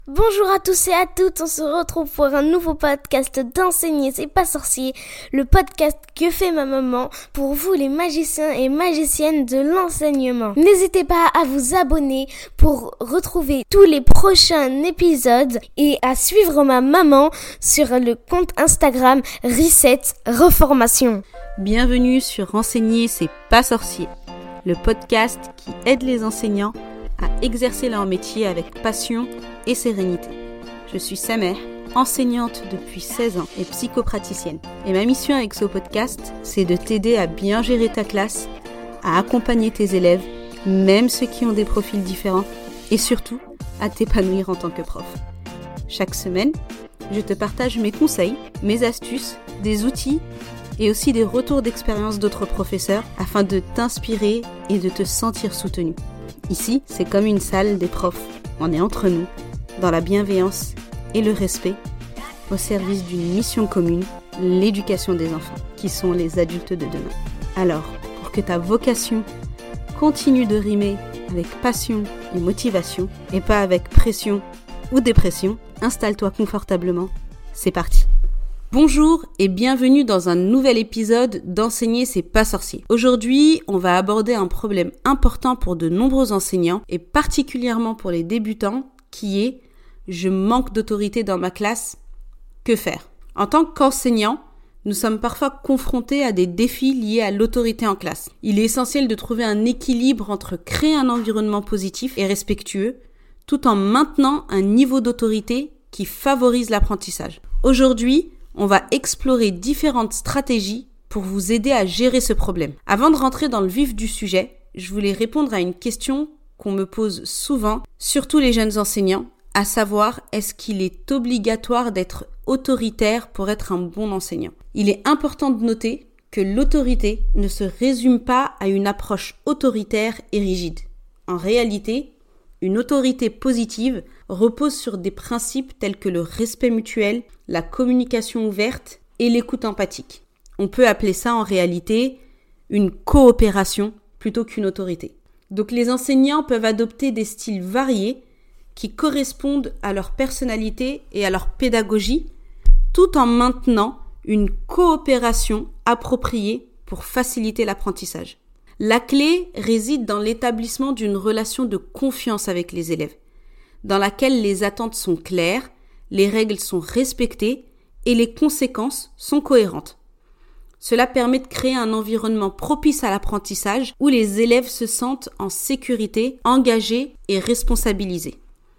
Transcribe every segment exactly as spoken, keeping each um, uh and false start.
Bonjour à tous et à toutes, on se retrouve pour un nouveau podcast d'Enseigner c'est pas sorcier, le podcast que fait ma maman pour vous les magiciens et magiciennes de l'enseignement. N'hésitez pas à vous abonner pour retrouver tous les prochains épisodes et à suivre ma maman sur le compte Instagram Reset Reformation. Bienvenue sur Enseigner c'est pas sorcier, le podcast qui aide les enseignants à exercer leur métier avec passion et sérénité. Je suis Samer, enseignante depuis seize ans et psychopraticienne. Et ma mission avec ce podcast, c'est de t'aider à bien gérer ta classe, à accompagner tes élèves, même ceux qui ont des profils différents, et surtout, à t'épanouir en tant que prof. Chaque semaine, je te partage mes conseils, mes astuces, des outils et aussi des retours d'expérience d'autres professeurs afin de t'inspirer et de te sentir soutenu. Ici, c'est comme une salle des profs. On est entre nous, dans la bienveillance et le respect, au service d'une mission commune, l'éducation des enfants, qui sont les adultes de demain. Alors, pour que ta vocation continue de rimer avec passion et motivation, et pas avec pression ou dépression, installe-toi confortablement. C'est parti. Bonjour et bienvenue dans un nouvel épisode d'Enseigner c'est pas sorcier. Aujourd'hui, on va aborder un problème important pour de nombreux enseignants et particulièrement pour les débutants qui est « je manque d'autorité dans ma classe, que faire ?» En tant qu'enseignant, nous sommes parfois confrontés à des défis liés à l'autorité en classe. Il est essentiel de trouver un équilibre entre créer un environnement positif et respectueux tout en maintenant un niveau d'autorité qui favorise l'apprentissage. Aujourd'hui, on va explorer différentes stratégies pour vous aider à gérer ce problème. Avant de rentrer dans le vif du sujet, je voulais répondre à une question qu'on me pose souvent, surtout les jeunes enseignants, à savoir est-ce qu'il est obligatoire d'être autoritaire pour être un bon enseignant ? Il est important de noter que l'autorité ne se résume pas à une approche autoritaire et rigide. En réalité, une autorité positive repose sur des principes tels que le respect mutuel, la communication ouverte et l'écoute empathique. On peut appeler ça en réalité une coopération plutôt qu'une autorité. Donc les enseignants peuvent adopter des styles variés qui correspondent à leur personnalité et à leur pédagogie, tout en maintenant une coopération appropriée pour faciliter l'apprentissage. La clé réside dans l'établissement d'une relation de confiance avec les élèves, dans laquelle les attentes sont claires, les règles sont respectées et les conséquences sont cohérentes. Cela permet de créer un environnement propice à l'apprentissage où les élèves se sentent en sécurité, engagés et responsabilisés.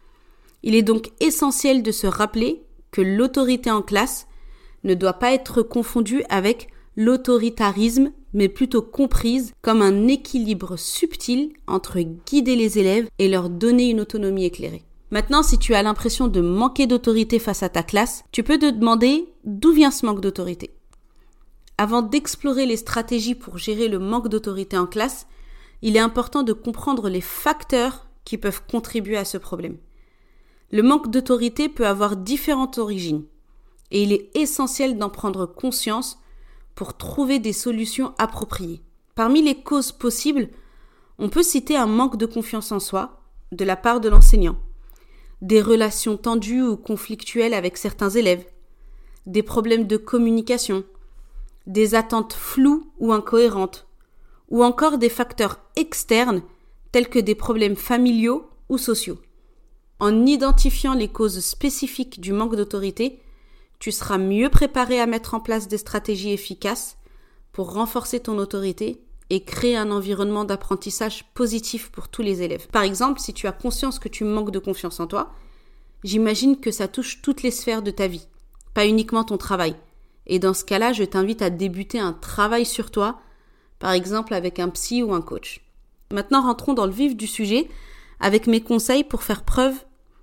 Il est donc essentiel de se rappeler que l'autorité en classe ne doit pas être confondue avec l'autoritarisme, mais plutôt comprise comme un équilibre subtil entre guider les élèves et leur donner une autonomie éclairée. Maintenant, si tu as l'impression de manquer d'autorité face à ta classe, tu peux te demander d'où vient ce manque d'autorité. Avant d'explorer les stratégies pour gérer le manque d'autorité en classe, il est important de comprendre les facteurs qui peuvent contribuer à ce problème. Le manque d'autorité peut avoir différentes origines et il est essentiel d'en prendre conscience pour trouver des solutions appropriées. Parmi les causes possibles, on peut citer un manque de confiance en soi de la part de l'enseignant, des relations tendues ou conflictuelles avec certains élèves, des problèmes de communication, des attentes floues ou incohérentes, ou encore des facteurs externes tels que des problèmes familiaux ou sociaux. En identifiant les causes spécifiques du manque d'autorité, tu seras mieux préparé à mettre en place des stratégies efficaces pour renforcer ton autorité et créer un environnement d'apprentissage positif pour tous les élèves. Par exemple, si tu as conscience que tu manques de confiance en toi, j'imagine que ça touche toutes les sphères de ta vie, pas uniquement ton travail. Et dans ce cas-là, je t'invite à débuter un travail sur toi, par exemple avec un psy ou un coach. Maintenant, rentrons dans le vif du sujet avec mes conseils pour faire preuve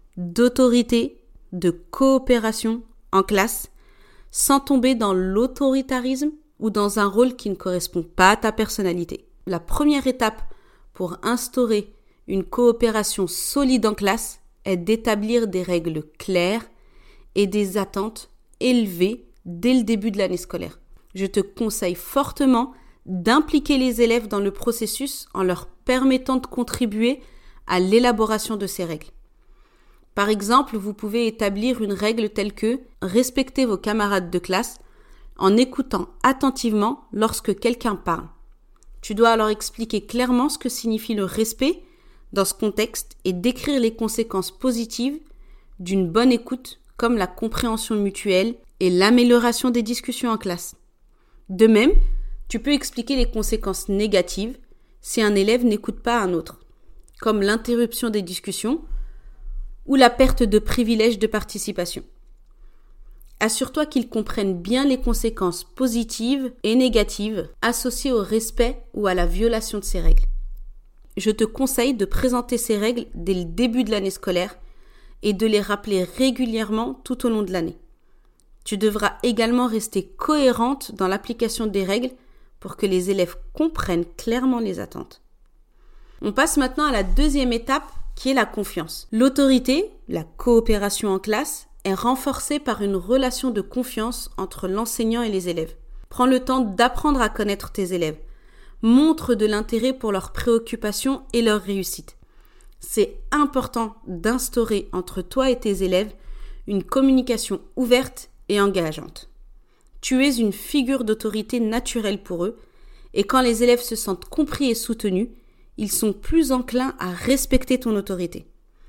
d'autorité, de coopération en classe, sans tomber dans l'autoritarisme ou dans un rôle qui ne correspond pas à ta personnalité. La première étape pour instaurer une coopération solide en classe est d'établir des règles claires et des attentes élevées dès le début de l'année scolaire. Je te conseille fortement d'impliquer les élèves dans le processus en leur permettant de contribuer à l'élaboration de ces règles. Par exemple, vous pouvez établir une règle telle que respectez vos camarades de classe en écoutant attentivement lorsque quelqu'un parle. Tu dois alors expliquer clairement ce que signifie le respect dans ce contexte et décrire les conséquences positives d'une bonne écoute comme la compréhension mutuelle et l'amélioration des discussions en classe. De même, tu peux expliquer les conséquences négatives si un élève n'écoute pas un autre, comme l'interruption des discussions ou la perte de privilèges de participation. Assure-toi qu'ils comprennent bien les conséquences positives et négatives associées au respect ou à la violation de ces règles. Je te conseille de présenter ces règles dès le début de l'année scolaire et de les rappeler régulièrement tout au long de l'année. Tu devras également rester cohérente dans l'application des règles pour que les élèves comprennent clairement les attentes. On passe maintenant à la deuxième étape qui est la confiance. L'autorité, la coopération en classe, est renforcée par une relation de confiance entre l'enseignant et les élèves. Prends le temps d'apprendre à connaître tes élèves. Montre de l'intérêt pour leurs préoccupations et leur réussite. C'est important d'instaurer entre toi et tes élèves une communication ouverte et engageante. Tu es une figure d'autorité naturelle pour eux et quand les élèves se sentent compris et soutenus, ils sont plus enclins à respecter ton autorité.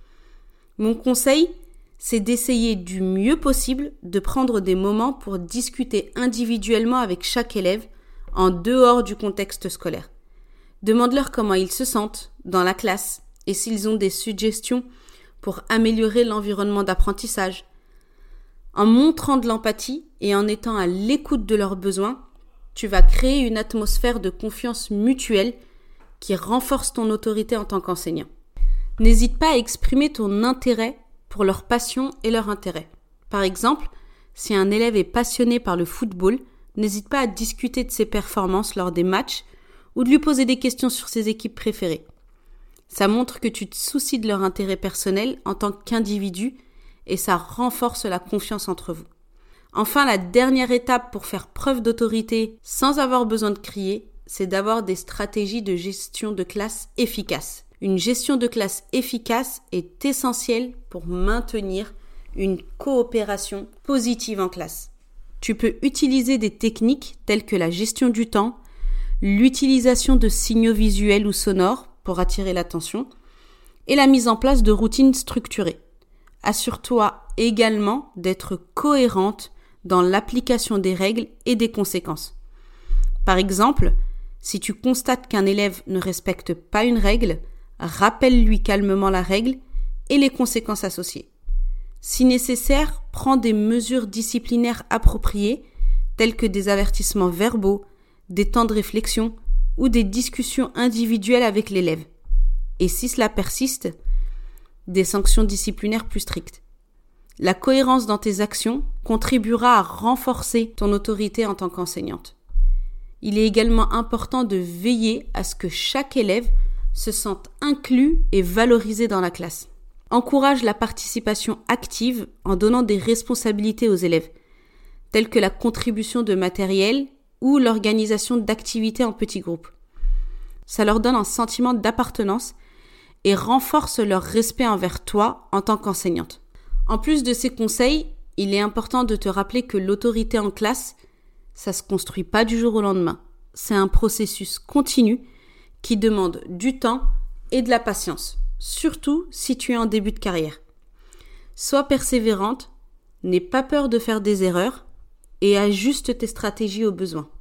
Mon conseil, c'est d'essayer du mieux possible de prendre des moments pour discuter individuellement avec chaque élève en dehors du contexte scolaire. Demande-leur comment ils se sentent dans la classe et s'ils ont des suggestions pour améliorer l'environnement d'apprentissage. En montrant de l'empathie et en étant à l'écoute de leurs besoins, tu vas créer une atmosphère de confiance mutuelle qui renforce ton autorité en tant qu'enseignant. N'hésite pas à exprimer ton intérêt pour leur passion et leur intérêt. Par exemple, si un élève est passionné par le football, n'hésite pas à discuter de ses performances lors des matchs ou de lui poser des questions sur ses équipes préférées. Ça montre que tu te soucies de leur intérêt personnel en tant qu'individu et ça renforce la confiance entre vous. Enfin, la dernière étape pour faire preuve d'autorité sans avoir besoin de crier, c'est d'avoir des stratégies de gestion de classe efficaces. Une gestion de classe efficace est essentielle pour maintenir une coopération positive en classe. Tu peux utiliser des techniques telles que la gestion du temps, l'utilisation de signaux visuels ou sonores pour attirer l'attention et la mise en place de routines structurées. Assure-toi également d'être cohérente dans l'application des règles et des conséquences. Par exemple, si tu constates qu'un élève ne respecte pas une règle, rappelle-lui calmement la règle et les conséquences associées. Si nécessaire, prends des mesures disciplinaires appropriées, telles que des avertissements verbaux, des temps de réflexion ou des discussions individuelles avec l'élève. Et si cela persiste, des sanctions disciplinaires plus strictes. La cohérence dans tes actions contribuera à renforcer ton autorité en tant qu'enseignante. Il est également important de veiller à ce que chaque élève se sente inclus et valorisé dans la classe. Encourage la participation active en donnant des responsabilités aux élèves, telles que la contribution de matériel ou l'organisation d'activités en petits groupes. Ça leur donne un sentiment d'appartenance et renforce leur respect envers toi en tant qu'enseignante. En plus de ces conseils, il est important de te rappeler que l'autorité en classe, ça se construit pas du jour au lendemain. C'est un processus continu qui demande du temps et de la patience, surtout si tu es en début de carrière. Sois persévérante, n'aie pas peur de faire des erreurs et ajuste tes stratégies aux besoins.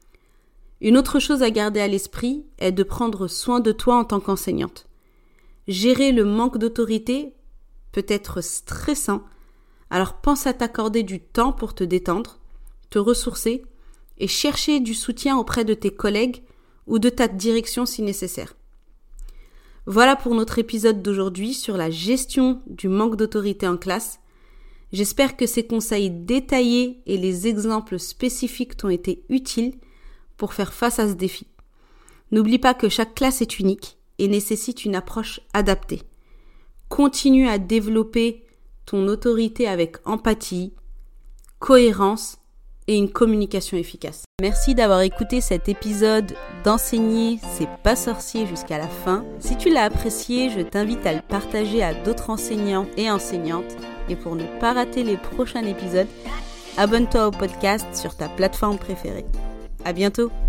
Une autre chose à garder à l'esprit est de prendre soin de toi en tant qu'enseignante. Gérer le manque d'autorité peut être stressant, alors pense à t'accorder du temps pour te détendre, te ressourcer et chercher du soutien auprès de tes collègues ou de ta direction si nécessaire. Voilà pour notre épisode d'aujourd'hui sur la gestion du manque d'autorité en classe. J'espère que ces conseils détaillés et les exemples spécifiques t'ont été utiles pour faire face à ce défi. N'oublie pas que chaque classe est unique et nécessite une approche adaptée. Continue à développer ton autorité avec empathie, cohérence et une communication efficace. Merci d'avoir écouté cet épisode d'Enseigner, c'est pas sorcier jusqu'à la fin. Si tu l'as apprécié, je t'invite à le partager à d'autres enseignants et enseignantes. Et pour ne pas rater les prochains épisodes, abonne-toi au podcast sur ta plateforme préférée. À bientôt!